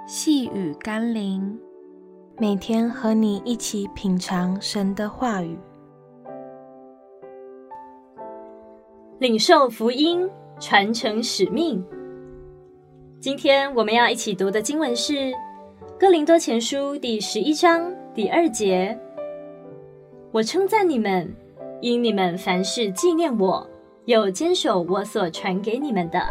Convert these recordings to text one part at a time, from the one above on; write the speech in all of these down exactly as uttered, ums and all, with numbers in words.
细雨甘霖，每天和你一起品尝神的话语， 领受福音，传承使命。今天我们要一起读的经文是《哥林多前书》第十一章第二节。我称赞你们，因你们凡事纪念我，又坚守我所传给你们的。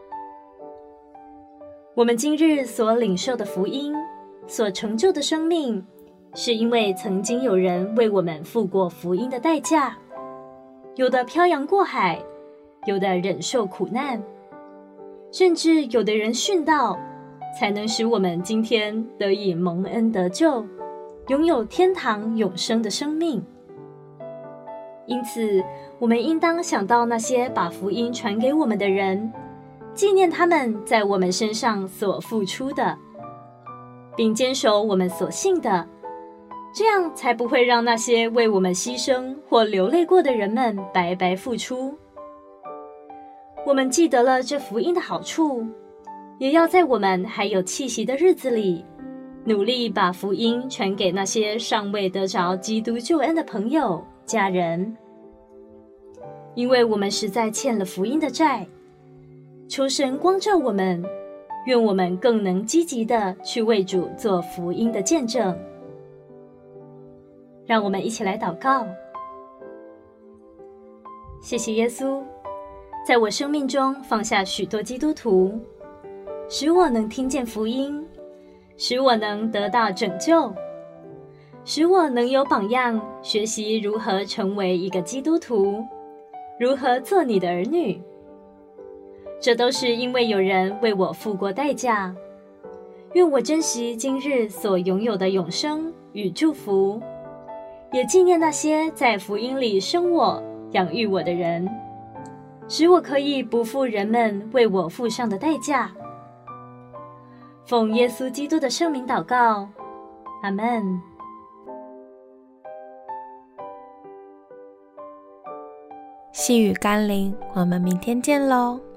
我们今日所领受的福音，所成就的生命，是因为曾经有人为我们付过福音的代价，有的漂洋过海，有的忍受苦难，甚至有的人殉道，才能使我们今天得以蒙恩得救，拥有天堂永生的生命。因此，我们应当想到那些把福音传给我们的人，纪念他们在我们身上所付出的，并坚守我们所信的，这样才不会让那些为我们牺牲或流泪过的人们白白付出。我们记得了这福音的好处，也要在我们还有气息的日子里，努力把福音传给那些尚未得着基督救恩的朋友、家人。因为我们实在欠了福音的债，求神光照我们，愿我们更能积极地去为主做福音的见证。让我们一起来祷告。谢谢耶稣，在我生命中放下许多基督徒，使我能听见福音，使我能得到拯救，使我能有榜样，学习如何成为一个基督徒，如何做你的儿女。这都是因为有人为我付过代价。愿我珍惜今日所拥有的永生与祝福，也纪念那些在福音里生我、养育我的人，使我可以不负人们为我付上的代价。奉耶稣基督的圣名祷告，阿们。 细雨甘霖，我们明天见喽。